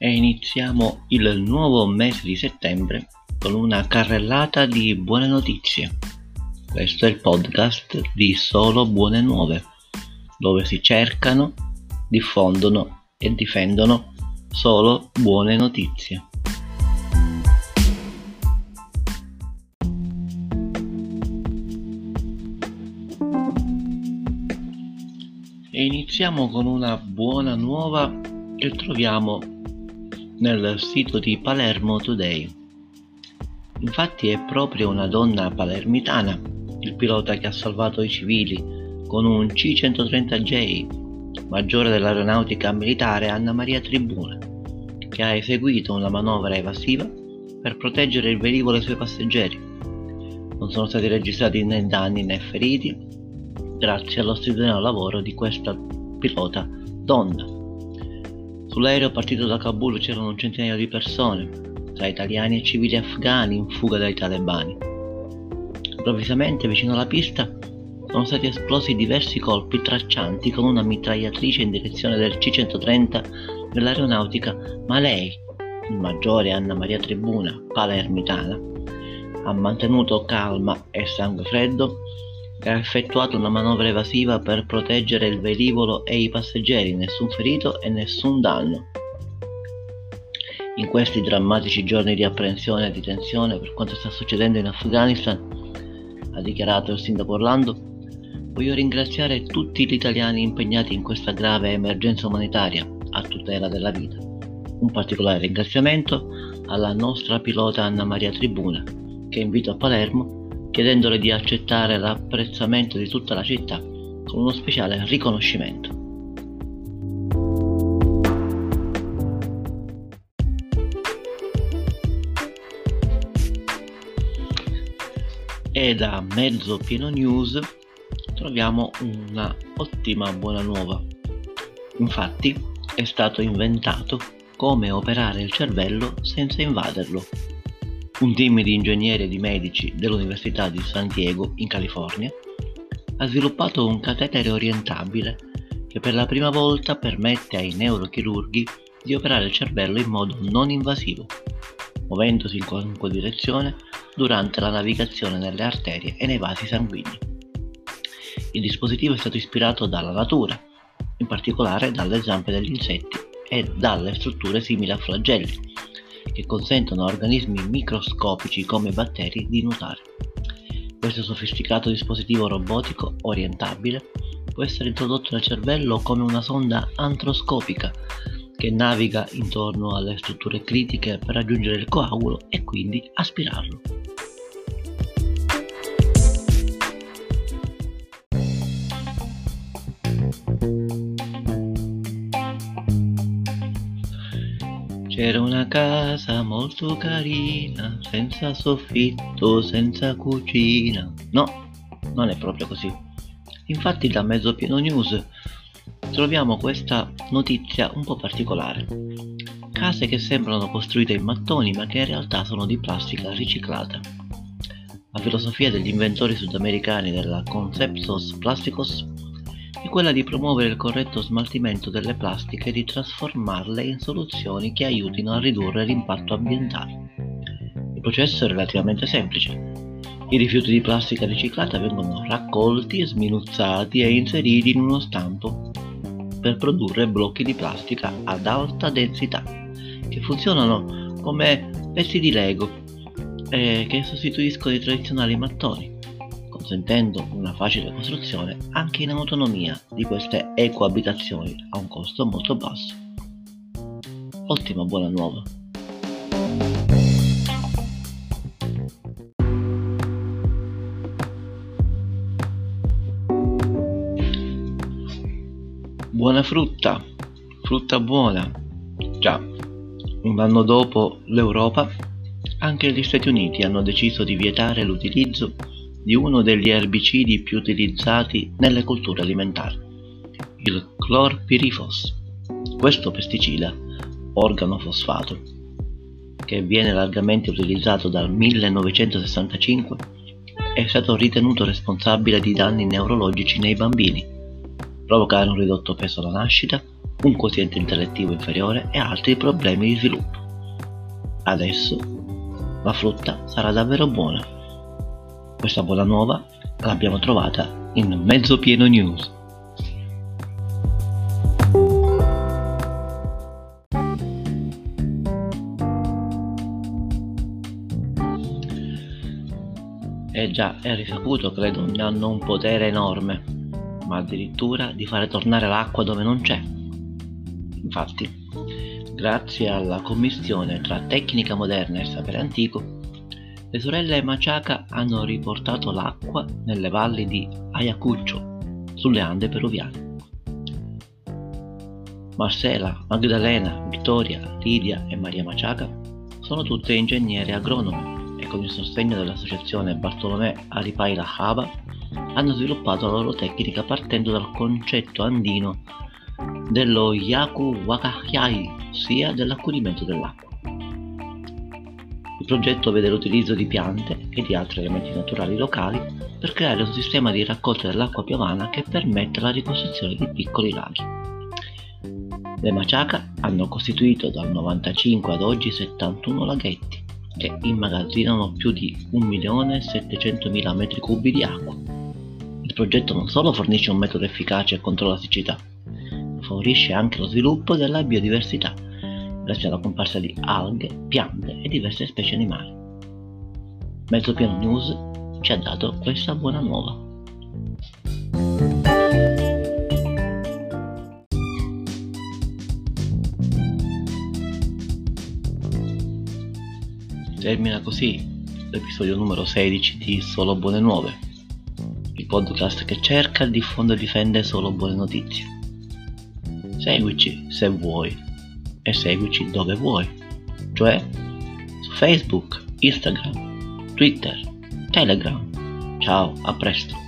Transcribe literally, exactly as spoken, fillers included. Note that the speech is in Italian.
E iniziamo il nuovo mese di settembre con una carrellata di buone notizie. Questo è il podcast di Solo Buone Nuove, dove si cercano, diffondono e difendono solo buone notizie. E iniziamo con una buona nuova che troviamo nel sito di Palermo Today. Infatti è proprio una donna palermitana il pilota che ha salvato i civili con un C centotrenta J, maggiore dell'aeronautica militare Anna Maria Tribuna, che ha eseguito una manovra evasiva per proteggere il velivolo e i suoi passeggeri. Non sono stati registrati né danni né feriti, grazie allo straordinario lavoro di questa pilota donna. Sull'aereo partito da Kabul c'erano un centinaio di persone, tra italiani e civili afghani in fuga dai talebani. Improvvisamente, vicino alla pista, sono stati esplosi diversi colpi traccianti con una mitragliatrice in direzione del C centotrenta dell'aeronautica, ma lei, il maggiore Anna Maria Tribuna, palermitana, ha mantenuto calma e sangue freddo e ha effettuato una manovra evasiva per proteggere il velivolo e i passeggeri, nessun ferito e nessun danno. In questi drammatici giorni di apprensione e di tensione per quanto sta succedendo in Afghanistan, ha dichiarato il sindaco Orlando, voglio ringraziare tutti gli italiani impegnati in questa grave emergenza umanitaria a tutela della vita. Un particolare ringraziamento alla nostra pilota Anna Maria Tribuna, che invito a Palermo chiedendole di accettare l'apprezzamento di tutta la città con uno speciale riconoscimento. E da Mezzo Pieno News troviamo una ottima buona nuova. Infatti è stato inventato come operare il cervello senza invaderlo. Un team di ingegneri e di medici dell'Università di San Diego, in California, ha sviluppato un catetere orientabile che per la prima volta permette ai neurochirurghi di operare il cervello in modo non invasivo, muovendosi in qualunque direzione durante la navigazione nelle arterie e nei vasi sanguigni. Il dispositivo è stato ispirato dalla natura, in particolare dalle zampe degli insetti e dalle strutture simili a flagelli, che consentono a organismi microscopici come i batteri di nuotare. Questo sofisticato dispositivo robotico orientabile può essere introdotto nel cervello come una sonda antroscopica che naviga intorno alle strutture critiche per raggiungere il coagulo e quindi aspirarlo. C'era una casa molto carina, senza soffitto, senza cucina. No, non è proprio così. Infatti da Mezzo Pieno News troviamo questa notizia un po' particolare. Case che sembrano costruite in mattoni ma che in realtà sono di plastica riciclata. La filosofia degli inventori sudamericani della Conceptos Plásticos è quella di promuovere il corretto smaltimento delle plastiche e di trasformarle in soluzioni che aiutino a ridurre l'impatto ambientale. Il processo è relativamente semplice. I rifiuti di plastica riciclata vengono raccolti, sminuzzati e inseriti in uno stampo per produrre blocchi di plastica ad alta densità che funzionano come pezzi di Lego e che sostituiscono i tradizionali mattoni, consentendo una facile costruzione anche in autonomia di queste ecoabitazioni a un costo molto basso. Ottima buona nuova! Buona frutta, frutta buona. Già, un anno dopo l'Europa, anche gli Stati Uniti hanno deciso di vietare l'utilizzo di uno degli erbicidi più utilizzati nelle colture alimentari, il clorpirifos. Questo pesticida, organofosfato, che viene largamente utilizzato dal millenovecentosessantacinque, è stato ritenuto responsabile di danni neurologici nei bambini, provocare un ridotto peso alla nascita, un quoziente intellettivo inferiore e altri problemi di sviluppo. Adesso la frutta sarà davvero buona. Questa buona nuova l'abbiamo trovata in Mezzo Pieno News. E già è risaputo che le donne hanno un potere enorme, ma addirittura di fare tornare l'acqua dove non c'è. Infatti, grazie alla commistione tra tecnica moderna e sapere antico, le sorelle Machaca hanno riportato l'acqua nelle valli di Ayacucho, sulle Ande peruviane. Marcela, Magdalena, Vittoria, Lidia e Maria Machaca sono tutte ingegneri agronomi e con il sostegno dell'associazione Bartolomé Aripaila Java hanno sviluppato la loro tecnica partendo dal concetto andino dello Yaku Wakajai, ossia dell'accudimento dell'acqua. Il progetto vede l'utilizzo di piante e di altri elementi naturali locali per creare un sistema di raccolta dell'acqua piovana che permette la ricostruzione di piccoli laghi. Le Machaca hanno costituito dal novantacinque ad oggi settantuno laghetti che immagazzinano più di un milione e settecentomila metri cubi di acqua. Il progetto non solo fornisce un metodo efficace contro la siccità, ma favorisce anche lo sviluppo della biodiversità, grazie alla comparsa di alghe, piante e diverse specie animali. Mezzo Pieno News ci ha dato questa buona nuova. Termina così l'episodio numero sedici di Solo Buone Nuove, il podcast che cerca, diffonde e difende solo buone notizie. Seguici se vuoi e seguici dove vuoi, cioè su Facebook, Instagram, Twitter, Telegram. Ciao, a presto!